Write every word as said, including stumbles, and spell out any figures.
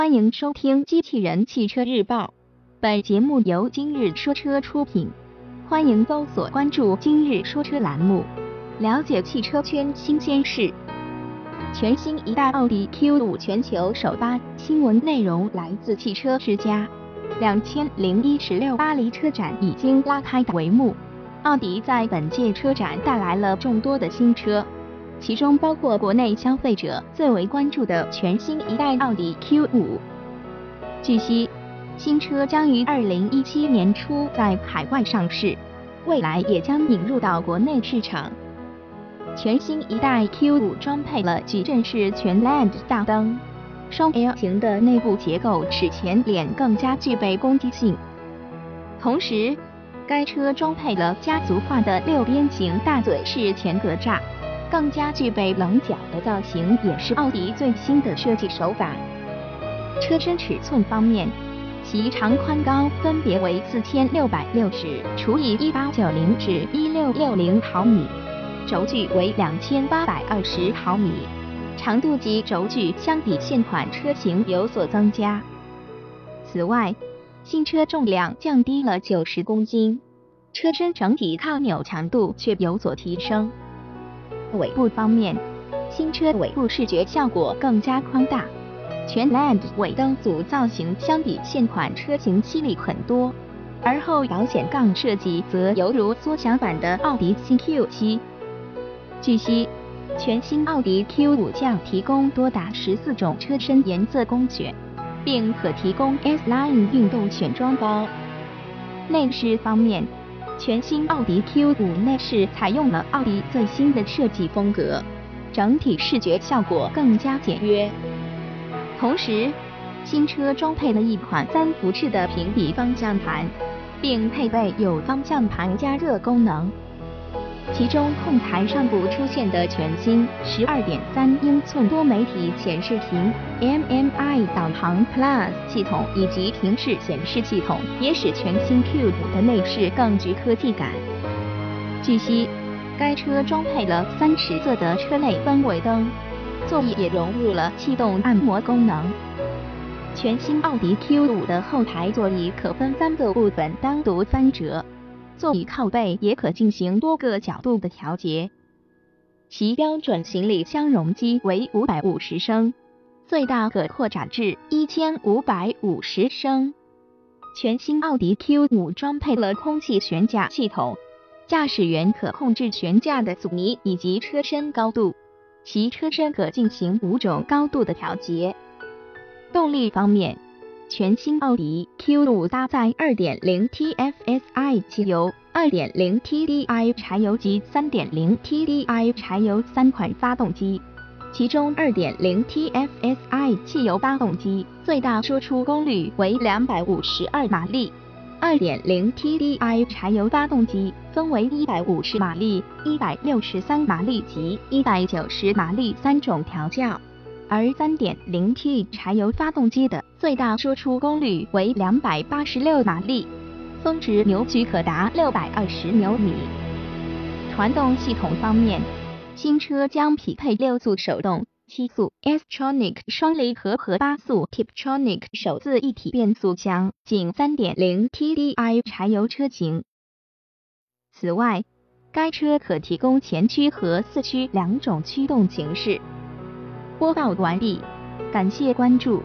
欢迎收听机器人汽车日报，本节目由今日说车出品。欢迎搜索关注今日说车栏目，了解汽车圈新鲜事。全新一代奥迪 Q 五 全球首发，新闻内容来自汽车之家。两千一十六巴黎车展已经拉开帷幕，奥迪在本届车展带来了众多的新车，其中包括国内消费者最为关注的全新一代奥迪 Q 五。据悉，新车将于二零一七年初在海外上市，未来也将引入到国内市场。全新一代 Q 五 装配了矩阵式全 L E D 大灯，双 L 型的内部结构使前脸更加具备攻击性。同时，该车装配了家族化的六边形大嘴式前格栅，更加具备棱角的造型，也是奥迪最新的设计手法。车身尺寸方面，其长宽高分别为四千六百六十除以一八九零至一六六零毫米，轴距为两千八百二十毫米，长度及轴距相比现款车型有所增加。此外，新车重量降低了九十公斤，车身整体抗扭强度却有所提升。尾部方面，新车尾部视觉效果更加宽大，全 L E D 尾灯组造型相比现款车型犀利很多，而后保险杠设计则犹如缩小版的奥迪新 Q 七。据悉，全新奥迪 Q 五 将提供多达十四种车身颜色供选，并可提供 S Line 运动选装包。内饰方面，全新奥迪 Q 五 内饰采用了奥迪最新的设计风格，整体视觉效果更加简约。同时，新车装配了一款三辐式的平底方向盘，并配备有方向盘加热功能。其中控台上部出现的全新 十二点三英寸多媒体显示屏、M M I 导航 Plus 系统以及平视显示系统，也使全新 Q 五 的内饰更具科技感。据悉，该车装配了三十色的车内氛围灯，座椅也融入了气动按摩功能。全新奥迪 Q 五 的后排座椅可分三个部分单独翻折，座椅靠背也可进行多个角度的调节。其标准行李箱容积为五百五十升，最大可扩展至一千五百五十升。全新奥迪 Q 五 装配了空气悬架系统，驾驶员可控制悬架的阻尼以及车身高度，其车身可进行五种高度的调节。动力方面，全新奥迪 Q 五 搭载 二点零 T F S I 汽油、二点零 T D I 柴油及 三点零 T D I 柴油三款发动机，其中 二点零 T F S I 汽油发动机最大输出功率为两百五十二马力， 二点零 T D I 柴油发动机分为一百五十马力、一百六十三马力及一百九十马力三种调教，而 三点零 T 柴油发动机的最大输出功率为两百八十六马力，峰值扭矩可达六百二十牛米。传动系统方面，新车将匹配六速手动、七速 S-Tronic 双离合和八速 Tiptronic 手自一体变速箱，仅 三点零 T D I 柴油车型。此外，该车可提供前驱和四驱两种驱动形式。播报完毕，感谢关注。